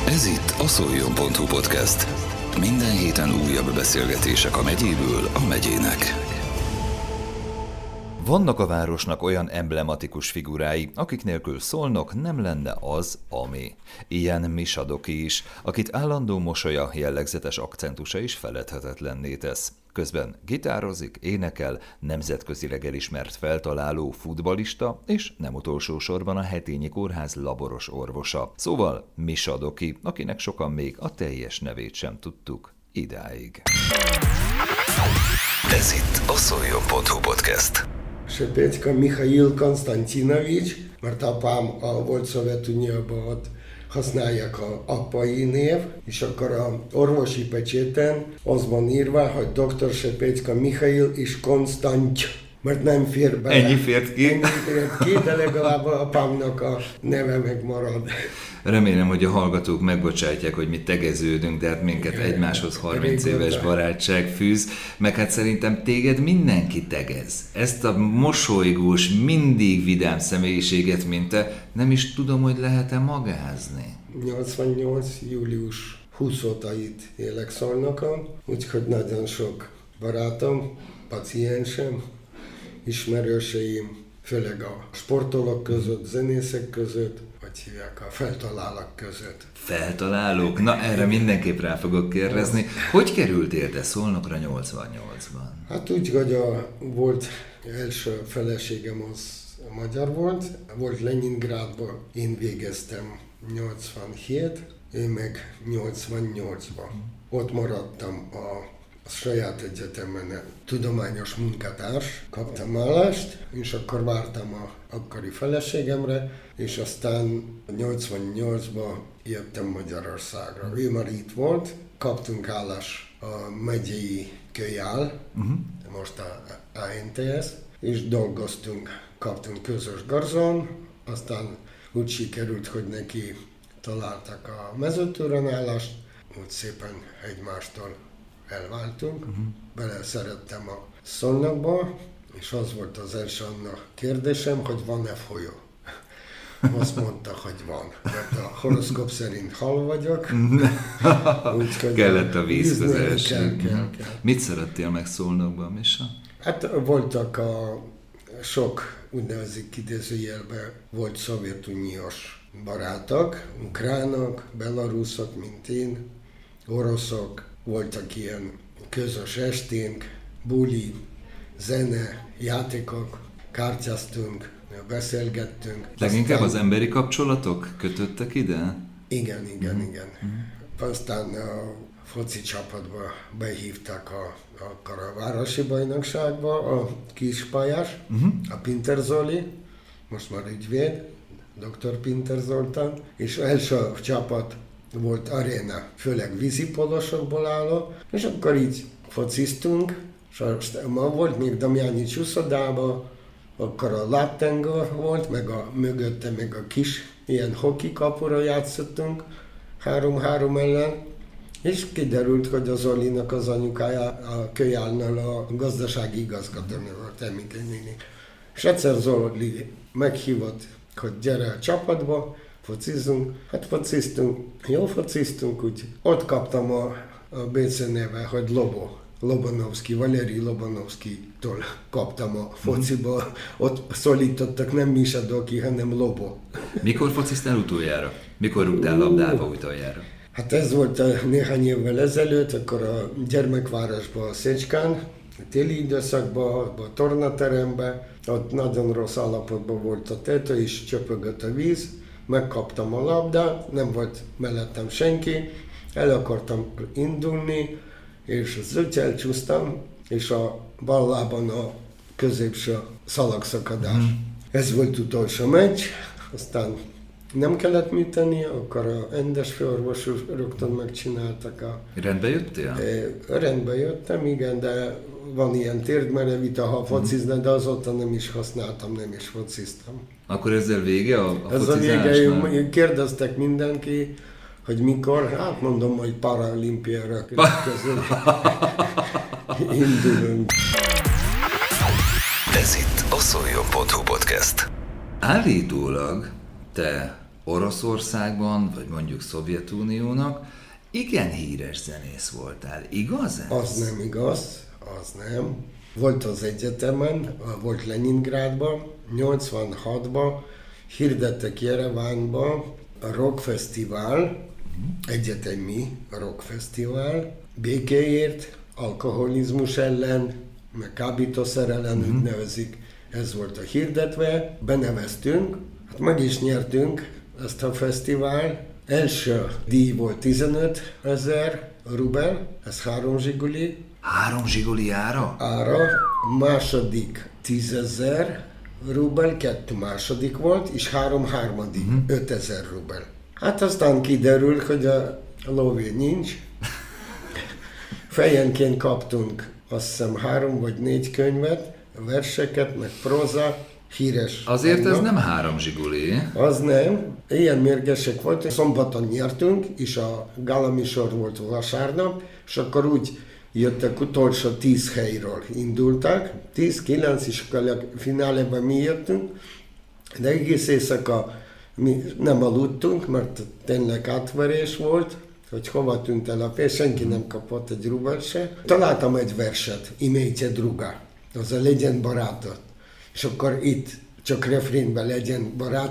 Ez itt a Szoljon.hu podcast. Minden héten újabb beszélgetések a megyéből a megyének. Vannak a városnak olyan emblematikus figurái, akik nélkül Szolnok nem lenne az, ami. Ilyen Mischa Doki is, akit állandó mosolya, jellegzetes akcentusa is feledhetetlenné tesz. Közben gitározik, énekel, nemzetközileg elismert feltaláló, futballista, és nem utolsó sorban a Hetényi Kórház laboros orvosa. Szóval Mischa Doki, akinek sokan még a teljes nevét sem tudtuk idáig. Ez itt a Szoljon.hu podcast. Sepetska Mihail Konstantinovics, mert apám volt Szovjetunióban, ott használják az apai név, és akkor a orvosi pecséten az van írva, hogy dr. Sepetska Mihail és Konstanty, mert nem fér bele. Ennyi fért ki? Ennyi fért ki, de legalább apámnak a neve megmarad. Remélem, hogy a hallgatók megbocsátják, hogy mi tegeződünk, de hát minket egymáshoz 30 éves barátság fűz, meg hát szerintem téged mindenki tegez. Ezt a mosolygós, mindig vidám személyiséget, mint te, nem is tudom, hogy lehet-e magázni. 88. július 20 óta itt élek Szolnokon, úgyhogy nagyon sok barátom, paciensem, ismerőseim, főleg a sportolók között, zenészek között, hogy hívják, a feltalálók között. Feltalálók? Na, erre mindenképp rá fogok kérdezni. Hogy kerültél te Szolnokra 88-ban? Hát úgy, hogy volt első feleségem az magyar volt Leningrádban, én végeztem 87, én meg 88-ban. Ott maradtam a saját egyetemen tudományos munkatárs, kaptam állást, és akkor vártam a akkori feleségemre, és aztán 88-ban jöttem Magyarországra. Ő már itt volt, kaptunk állást a megyei kölyál, most a ANTS, és dolgoztunk, kaptunk közös garzon, aztán úgy sikerült, hogy neki találtak a mezőtúron állást, úgy szépen egymástól elváltunk, beleszerettem a Szolnokba, és az volt az első annak kérdésem, hogy van-e folyó. Azt mondta, hogy van, mert a horoszkóp szerint hal vagyok. Kellett a víz az első. Kell. Mit szerettél meg Szolnokban, Mischa? Hát voltak a sok úgynevezett idézőjelben volt szovjetuniós barátok, ukránok, belaruszok, mint én, oroszok, voltak ilyen közös esténk, buli, zene, játékok, kártyáztunk, beszélgettünk. Leginkább az emberi kapcsolatok kötöttek ide? Igen. Aztán a foci csapatba behívták akkor a városi bajnokságba a kispályás, a Pinter Zoli, most már ügyvéd, dr. Pinter Zoltán, és első csapat volt aréna, főleg vízipolosokból álló, és akkor így fociztunk, és ma volt még Damjányi úszodában, akkor a láptengő volt, meg mögötte meg a kis ilyen hoki kapura játszottunk, 3-3 ellen, és kiderült, hogy az Zolinak az anyukája a kölyálnál a gazdasági igazgatónő volt, Emike néni. És egyszer Zoli meghívott, hogy gyere a csapatba, focizunk, hát fociztunk, jó fociztunk, úgy ott kaptam a BC neve, hogy Lobanovszki, Valeri Lobanovszkitól kaptam a fociba, ott szólítottak nem Mischa Doki, hanem Lobo. Mikor fociztál utoljára? Mikor rúgtál labdába utoljára? Hát ez volt néhány évvel ezelőtt, akkor a gyermekvárosban, a Szécskán, a téli időszakban, a tornateremben, ott nagyon rossz állapotban volt a tető, és csöpögött a víz, megkaptam a labdát, nem volt mellettem senki, el akartam indulni, és zöld csúsztam, és a bal lábon a középső szalagszakadás. Ez volt utolsó meccs, aztán nem kellett mit tenni, akkor a rendes főorvos rögtön megcsináltak Rendbe jöttél? Rendbe jöttem, igen, de van ilyen térdmerevita, ha focizna, de azóta nem is használtam, nem is fociztam. Akkor ezzel vége a focizásnál? Ez a vége, kérdeztek mindenki, hogy mikor, hát mondom, hogy paralimpiára közül indulunk. Ez itt a Szoljon.hu podcast. Állítólag te Oroszországban, vagy mondjuk Szovjetuniónak igen híres zenész voltál. Igaz ez? Az nem igaz, az nem. Volt az egyetemen, volt Leningrádban, 86-ban hirdettek Jerevánban a rockfesztivál, egyetemi rockfesztivál, békéért, alkoholizmus ellen, meg kábítószer ellen úgy nevezik. Ez volt a hirdetve, beneveztünk, hát meg is nyertünk ezt a fesztivál. Első díj volt 15 000 rubel, ez 3 zsiguli. 3 zsiguli ára? Második 10 000 rubel, 2 második volt, és 3 harmadik, 5 000 rubel. Hát aztán kiderül, hogy a lóvé nincs. Fejenként kaptunk azt hiszem 3 vagy 4 könyvet, verseket, meg próza, híres. Azért annak. ez nem 3 zsiguli. Az nem. Ilyen mérgesek voltunk. Szombaton nyertünk, és a gálaműsor volt vasárnap, és akkor úgy jöttek utolsó 10 helyről indultak. 10-9, és akkor a finálében mi jöttünk. De egész éjszaka mi nem aludtunk, mert tényleg átverés volt, hogy hova tűnt el a pénz, senki nem kapott egy rubelt se. Találtam egy verset, Imejte druga, az a legyen barátod. És akkor itt csak refrénben legyen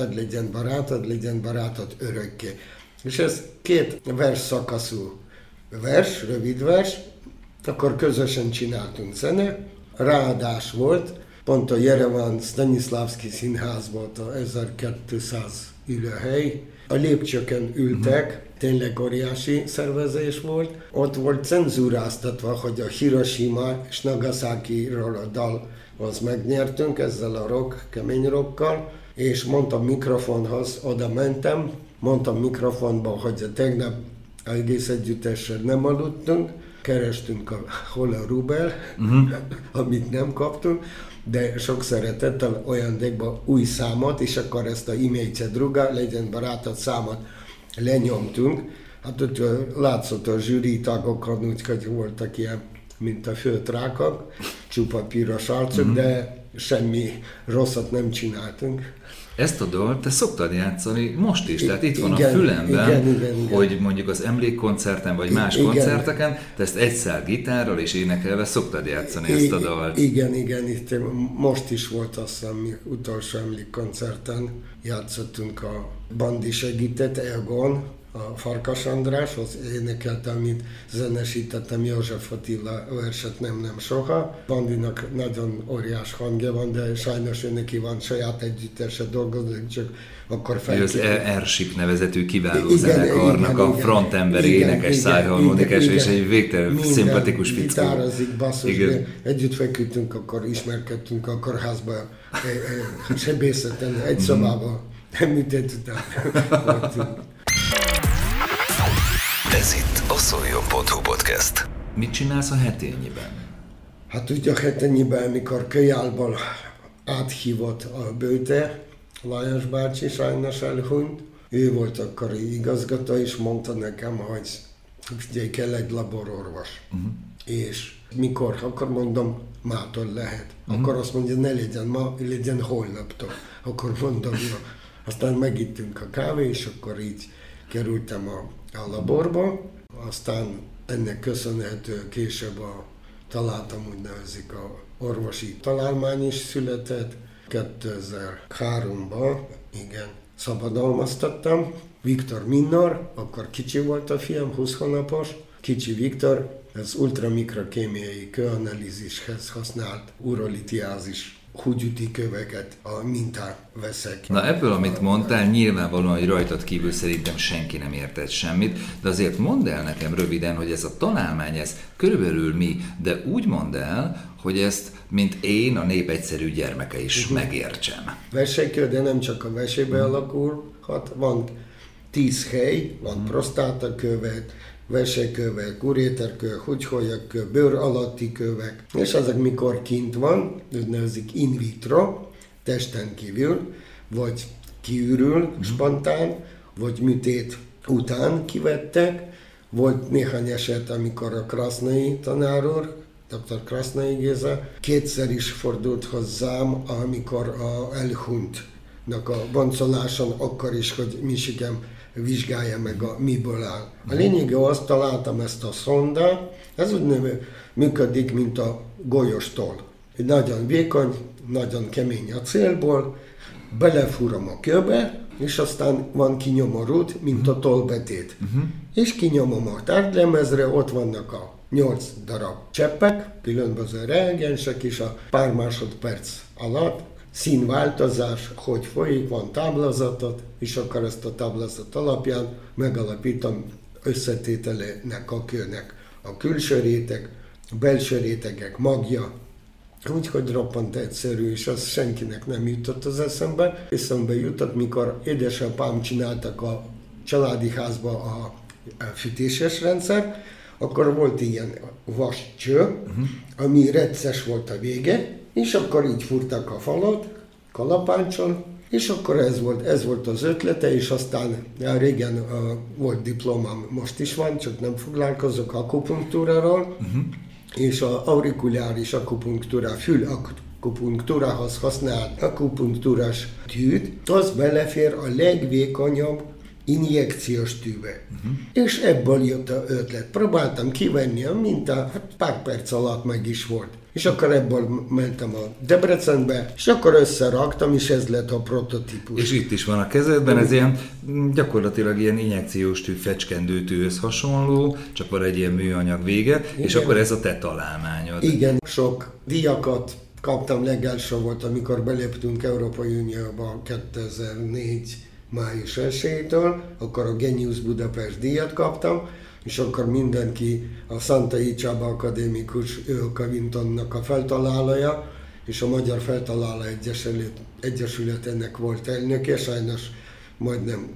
barátod örökké. És ez 2 vers szakaszú vers, rövid vers, akkor közösen csináltunk zene. Ráadás volt, pont a Jerevan Stanislavski Színház volt a 1200 ülőhely. A lépcsőkön ültek, tényleg óriási szervezés volt. Ott volt cenzúráztatva, hogy a Hiroshima és Nagasaki-ról a dal az megnyertünk ezzel a rock, kemény rockkal, és mondtam mikrofonhoz, oda mentem, mondtam mikrofonba, hogy tegnap egész együttesen nem aludtunk, kerestünk hol a rubel, amit nem kaptunk, de sok szeretettel ajándékba új számot, és akkor ezt a Imejte druga, legyen barátod számot lenyomtunk. Hát ott látszott a zsűri tagokon, úgyhogy voltak ilyen, mint a főtrákok, csupa piros arcok, de semmi rosszat nem csináltunk. Ezt a dalt te szoktad játszani most is, tehát itt van a fülemben, igen. hogy mondjuk az emlékkoncerten vagy más koncerteken, te ezt egy szál gitárral és énekelve szoktad játszani ezt a dalt. Igen, itt most is volt azt hiszem, mi utolsó emlékkoncerten játszottunk, a bandi segített, Egon, a Farkas András, az énekeltem, mint zenesítettem József Attila verset Nem soha. Bandinak nagyon óriás hangja van, de sajnos ő neki van saját együttese dolgozni, csak akkor Az Airship nevezetű kiváló zenekarnak a frontemberi énekes, szájharmonikás, és egy végtelen szimpatikus fickó. Gitározik, basszus, együtt feküdtünk, akkor ismerkedtünk a kórházba, sebészeten, egy szobában, műtét után. Ez itt a Szoljon.hu podcast. Mit csinálsz a Hetényiben? Hát ugye a Hetényiben, mikor Kölyálból áthívott a Bőte, Lajos bácsi sajnos elhunyt, ő volt akkor igazgató, és mondta nekem, hogy figyelj, kell egy labororvos. És mikor, akkor mondom, mától lehet. Akkor azt mondja, ne legyen ma, legyen holnaptól. Akkor mondom, jó. Aztán megittünk a kávé, és akkor így kerültem a laborba, aztán ennek köszönhető később találtam, úgy nevezik, a orvosi találmány is született. 2003-ban, igen, szabadalmaztattam. Viktor Minor, akkor kicsi volt a fiam, 20 hónapos. Kicsi Viktor, ez ultramikrokémiai kőanalízishez használt urolitiázis húgyüti köveket, a mintát veszek. Na ebből, amit mondtál, nyilvánvalóan, hogy rajtad kívül szerintem senki nem értett semmit, de azért mondd el nekem röviden, hogy ez a találmány, ez körülbelül mi, de úgy mondd el, hogy ezt, mint én, a nép egyszerű gyermeke is megértsem. Vesekő, de nem csak a vesébe alakulhat, van 10 hely, van prostátakövek, vesekövek, uréterkövek, húgyholyakkövek, bőr alatti kövek, és ezek mikor kint van, úgynevezik in vitro, testen kívül, vagy kiürül spontán, vagy műtét után kivettek. Volt néhány eset, amikor a Krasznai tanár úr, dr. Krasznai Géza, kétszer is fordult hozzám, amikor elhunyt a boncoláson, akkor is, hogy Michigan vizsgálja meg miből áll. A lényege azt találtam ezt a szondát, ez úgy működik, mint a golyóstól. Nagyon vékony, nagyon kemény acélból, belefúrom a kőbe, és aztán van kinyomorult, mint a tollbetét. És kinyomom a tárgylemezre, ott vannak a 8 darab cseppek, különböző reagensek, és a pár másodperc alatt színváltozás, hogy folyik, van táblázatot, és akkor ezt a táblázat alapján megalapítom összetételének a kőnek a külső réteg, a belső rétegek magja, úgyhogy roppant egyszerű, és az senkinek nem jutott az eszembe. Eszembe jutott, mikor édesapám csináltak a családi házba a fűtéses rendszer, akkor volt ilyen vascső, ami recces volt a vége, és akkor így fúrtak a falat kalapáncsal, és akkor ez volt az ötlete, és aztán régen volt diplomám, most is van, csak nem foglalkozok akupunktúráról, és az aurikuláris akupunktúra, fülakupunktúrához használt akupunktúrás tűt, az belefér a legvékonyabb injekciós tűbe. És ebből jött az ötlet. Próbáltam kivenni a mintát, pár perc alatt meg is volt. És akkor ebből mentem a Debrecenbe, és akkor összeraktam, és ez lett a prototípus. És itt is van a kezedben, ez ilyen gyakorlatilag ilyen injekciós tű, fecskendő tűhöz hasonló, csak van egy ilyen műanyag vége, igen. És akkor ez a te találmányod. Igen, sok díjakat kaptam, legelső volt, amikor beléptünk Európai Unióba 2004. május 1-től, akkor a Genius Budapest díjat kaptam, és akkor mindenki, a Szantai Csaba akadémikus, ő a Kavintonnak a feltalálója, és a Magyar Feltaláló Egyesület ennek volt elnöke, sajnos majdnem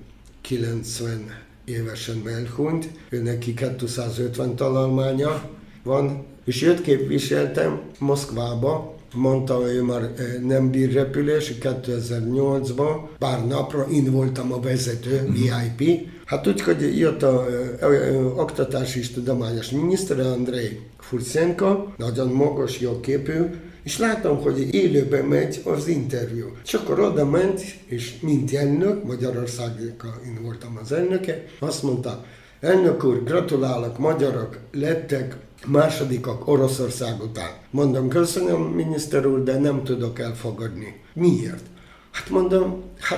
90 évesen elhunyt, ő neki 250 találmánya van, és őt képviseltem Moszkvába, mondta, hogy ő már nem bír repülés, 2008-ban, pár napra én voltam a vezető, VIP. Hát úgy, hogy jött az oktatási és tudományos miniszter, Andrei Furtsenko, nagyon magas, jó képű, és láttam, hogy élőben megy az interjú. És akkor oda ment, és mint elnök, Magyarországnak én voltam az elnöke, azt mondta, elnök úr, gratulálok, magyarok lettek másodikak Oroszország után. Mondom, köszönöm, miniszter úr, de nem tudok elfogadni. Miért? Hát mondom,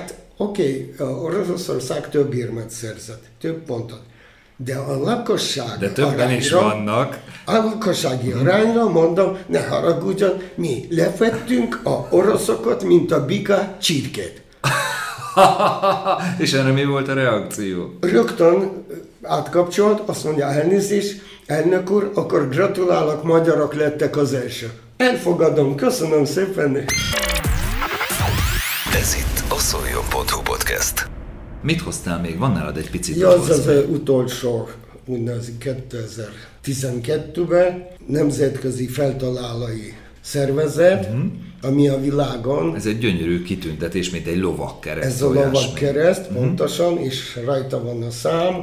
oké, Oroszország több érmet szerzett, több pontot. De a lakosság de többen arányra, is vannak. A lakossági arányra mondom, ne haragudjon, mi lefettünk a oroszokat, mint a bika csirkét. És erre mi volt a reakció? Rögtön átkapcsolt, azt mondja, elnézést, elnök úr, akkor gratulálok, magyarok lettek az első. Elfogadom, köszönöm szépen. Ez itt a Szoljon.hu podcast. Mit hoztál még? Van nálad egy picit? Ja, az utolsó, úgynevezett 2012-ben nemzetközi feltalálói szervezet, ami a világon... Ez egy gyönyörű kitüntetés, mint egy lovagkereszt. Ez a lovagkereszt, pontosan, és rajta van a szám.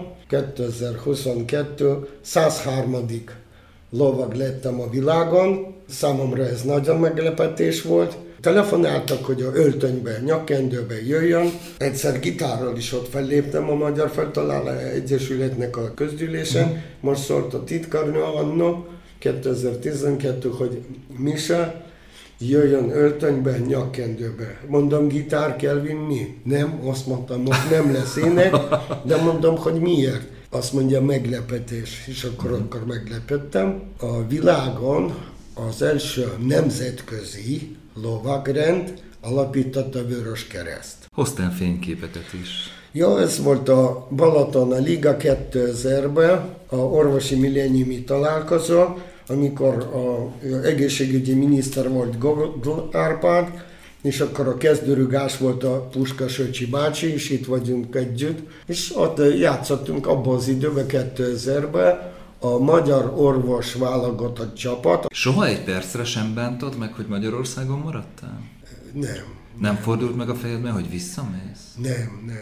2022 103. lovag lettem a világon. Számomra ez nagyon meglepetés volt. Telefonáltak, hogy a öltönybe, nyakkendőbe jöjjön. Egyszer gitárral is ott felléptem a Magyar Feltaláló Egyesületnek a közgyűlésen. Most szólt a titkárnő anno, 2012, hogy Misa, jöjjön öltönybe, nyakkendőbe. Mondom, gitár kell vinni? Nem, azt mondtam, most nem lesz ének, de mondom, hogy miért? Azt mondja, meglepetés, és akkor meglepettem. A világon az első nemzetközi lovagrend alapította a Vöröskereszt. Hoztál fényképeket is. Ja, ez volt a Balaton, a Liga 2000-ben, a orvosi milléniumi találkozó, amikor az egészségügyi miniszter volt Árpád, és akkor a kezdőrugás volt a Puskás Öcsi bácsi, és itt vagyunk együtt, és ott játszottunk abban az időben, 2000-ben, a magyar orvos válogatott csapat. Soha egy percre sem bántod meg, hogy Magyarországon maradtál? Nem. Nem fordult meg a fejedben, hogy visszamész? Nem.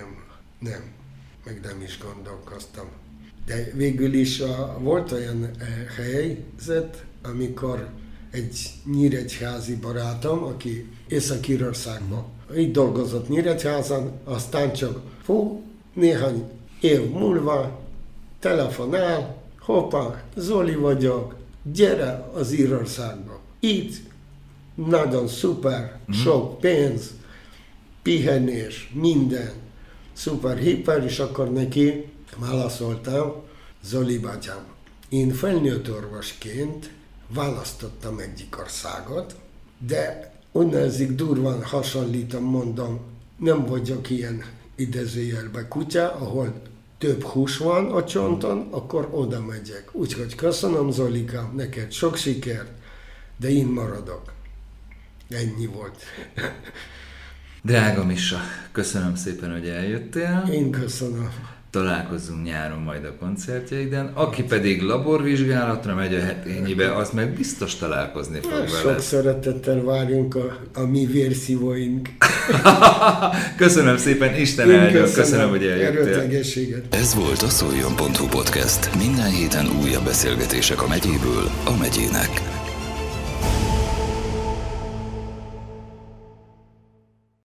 Meg nem is gondolkoztam. De végül is volt olyan helyzet, amikor egy nyíregyházi barátom, aki Észak-Írországban Itt dolgozott Nyíregyházan, aztán csak néhány év múlva telefonál, hoppá, Zoli vagyok, gyere az Írországba. Itt nagyon szuper, sok pénz, pihenés, minden, szuper hiper, és akkor neki válaszoltam, Zoli bátyám, én felnőtt orvosként választottam egyik országot, de onnezik durván hasonlítom, mondom, nem vagyok ilyen idézőjelben kutya, ahol több hús van a csonton, akkor oda megyek. Úgyhogy köszönöm, Zolika, neked sok sikert, de én maradok. Ennyi volt. Drága Misa, köszönöm szépen, hogy eljöttél. Én köszönöm. Találkozzunk nyáron majd a koncertjeiden. Aki pedig laborvizsgálatra megy a Hetényibe, az meg biztos találkozni fog vele. Sok szeretettel várjunk a mi vérszívóink. Köszönöm szépen, Isten áldja, köszönöm, hogy eljöttél. Erőt, egészséget. Ez volt a Szoljon.hu podcast. Minden héten újabb beszélgetések a megyéből a megyének.